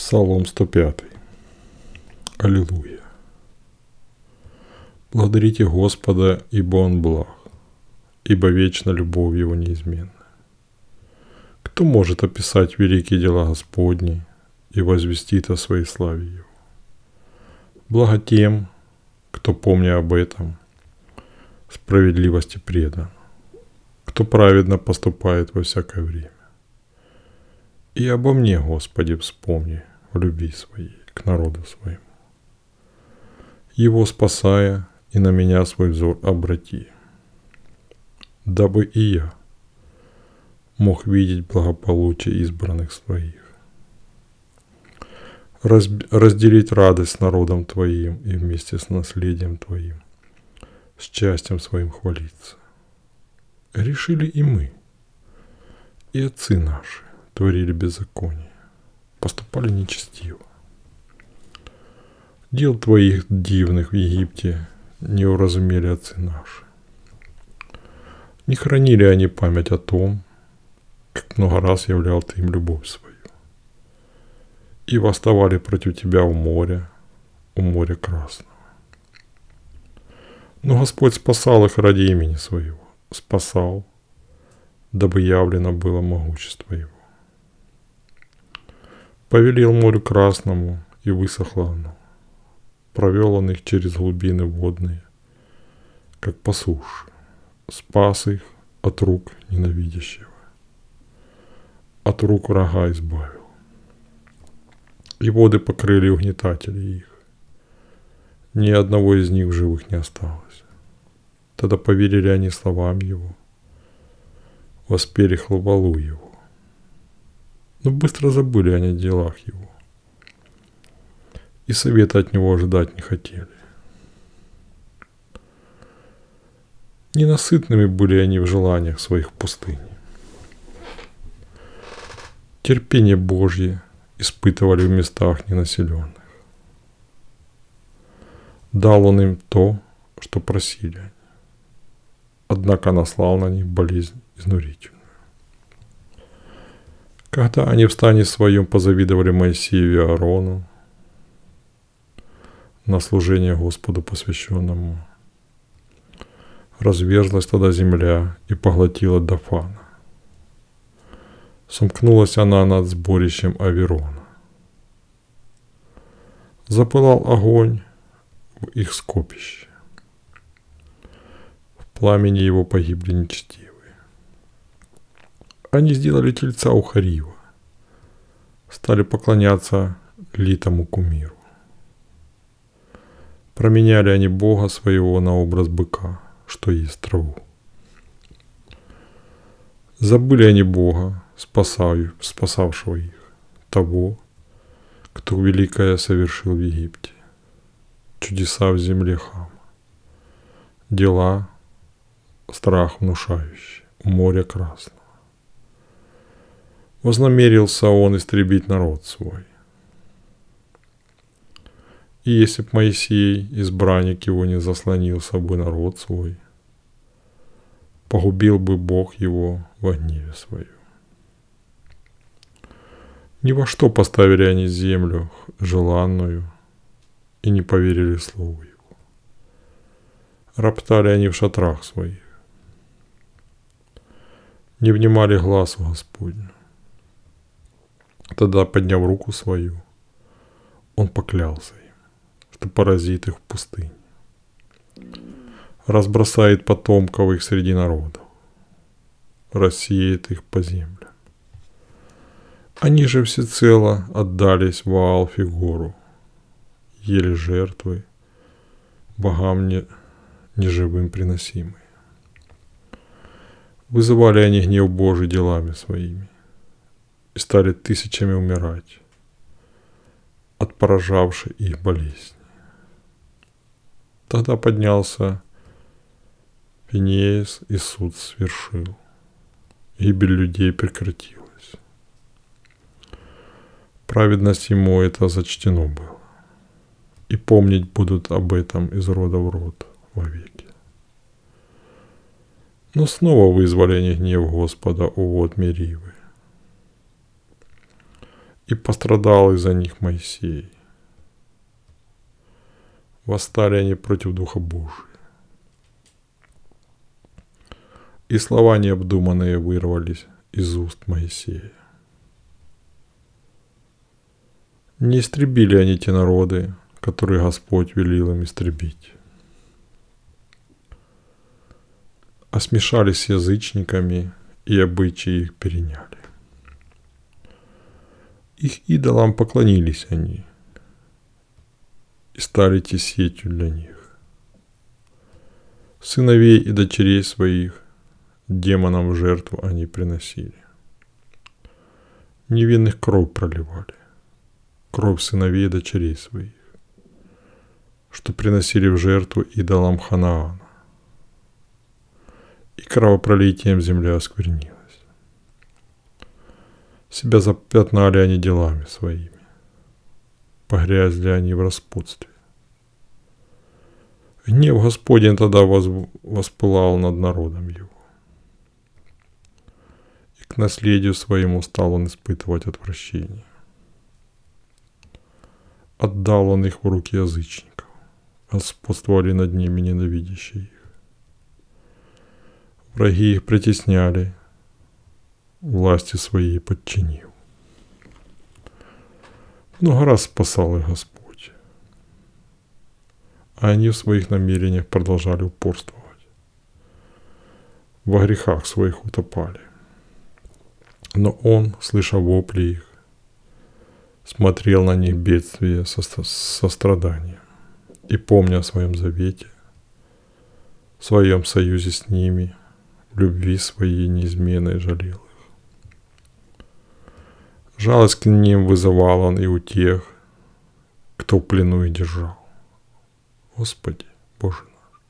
Псалом 105. Аллилуйя. Благодарите Господа, ибо Он благ, ибо вечна любовь Его неизменна. Кто может описать великие дела Господни и возвестит о своей славе Его? Благо тем, кто, помня об этом, справедливости предан, кто праведно поступает во всякое время. И обо мне, Господи, вспомни в любви Своей к народу Своему. Его спасая, и на меня свой взор обрати, дабы и я мог видеть благополучие избранных Своих, разделить радость с народом Твоим и вместе с наследием Твоим, с счастьем Своим хвалиться. Решили и мы, и отцы наши творили беззаконие, поступали нечестиво. Дел Твоих дивных в Египте не уразумели отцы наши. Не хранили они память о том, как много раз являл Ты им любовь свою. И восставали против Тебя у моря Красного. Но Господь спасал их ради имени Своего, спасал, дабы явлено было могущество Его. Повелел морю Красному, и высохло оно. Провел Он их через глубины водные, как по суше, спас их от рук ненавидящего, от рук врага избавил. И воды покрыли угнетателей их, ни одного из них в живых не осталось. Тогда поверили они словам Его, воспели хвалу Его, но быстро забыли они о делах Его, и совета от Него ожидать не хотели. Ненасытными были они в желаниях своих в пустыне. Терпение Божье испытывали в местах ненаселенных. Дал Он им то, что просили они, однако наслал на них болезнь изнурительную. Когда они в стане своем позавидовали Моисею и Аарону на служение Господу посвященному, разверзлась тогда земля и поглотила Дофана. Сомкнулась она над сборищем Аверона. Запылал огонь в их скопище. В пламени его погибли нечестивые. Они сделали тельца у Харива, стали поклоняться литому кумиру. Променяли они Бога своего на образ быка, что ест траву. Забыли они Бога, спасавшего их, того, кто великое совершил в Египте, чудеса в земле Хама, дела, страх внушающий, у моря Красного. Вознамерился Он истребить народ свой. И если б Моисей, избранник его, не заслонил собой народ свой, погубил бы Бог его во гневе своем. Ни во что поставили они землю желанную и не поверили слову его. Роптали они в шатрах своих, не внимали гласу Господню. Тогда, подняв руку свою, Он поклялся им, что поразит их в пустыне, разбросает потомков их среди народов, рассеет их по землям. Они же всецело отдались Ваал-Фигору, ели жертвы, богам неживым приносимые. Вызывали они гнев Божий делами своими и стали тысячами умирать от поражавшей их болезни. Тогда поднялся Финеас, и суд свершил. Гибель людей прекратилась. Праведность ему это зачтено было. И помнить будут об этом из рода в род вовеки. Но снова вызвали они гнев Господа у вод Меривы. И пострадал из-за них Моисей. Восстали они против Духа Божия. И слова необдуманные вырвались из уст Моисея. Не истребили они те народы, которые Господь велел им истребить, а смешались с язычниками, и обычаи их переняли. Их идолам поклонились они и стали те сетью для них. Сыновей и дочерей своих демонам в жертву они приносили. Невинных кровь проливали, кровь сыновей и дочерей своих, что приносили в жертву идолам Ханаана. И кровопролитием земля осквернилась. Себя запятнали они делами своими, погрязли они в распутстве. Гнев Господень тогда воспылал над народом его. И к наследию своему стал он испытывать отвращение. Отдал он их в руки язычников, господствовали над ними ненавидящие их. Враги их притесняли, власти своей подчинив. Много раз спасал их Господь, а они в своих намерениях продолжали упорствовать. Во грехах своих утопали. Но Он, слыша вопли их, смотрел на них бедствие со состраданием и, помня о своем завете, в своем союзе с ними, в любви своей неизменной жалел их. Жалость к ним вызывал он и у тех, кто в плену их держал. Господи, Боже наш,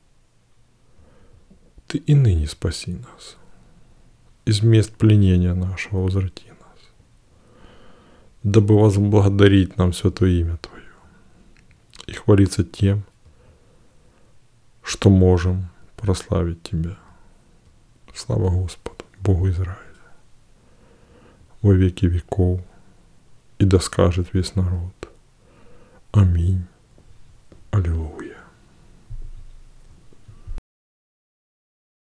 Ты и ныне спаси нас, из мест пленения нашего возврати нас, дабы возблагодарить нам святое имя Твое и хвалиться тем, что можем прославить Тебя. Слава Господу, Богу Израиля, во веки веков, и да скажет весь народ. Аминь. Аллилуйя.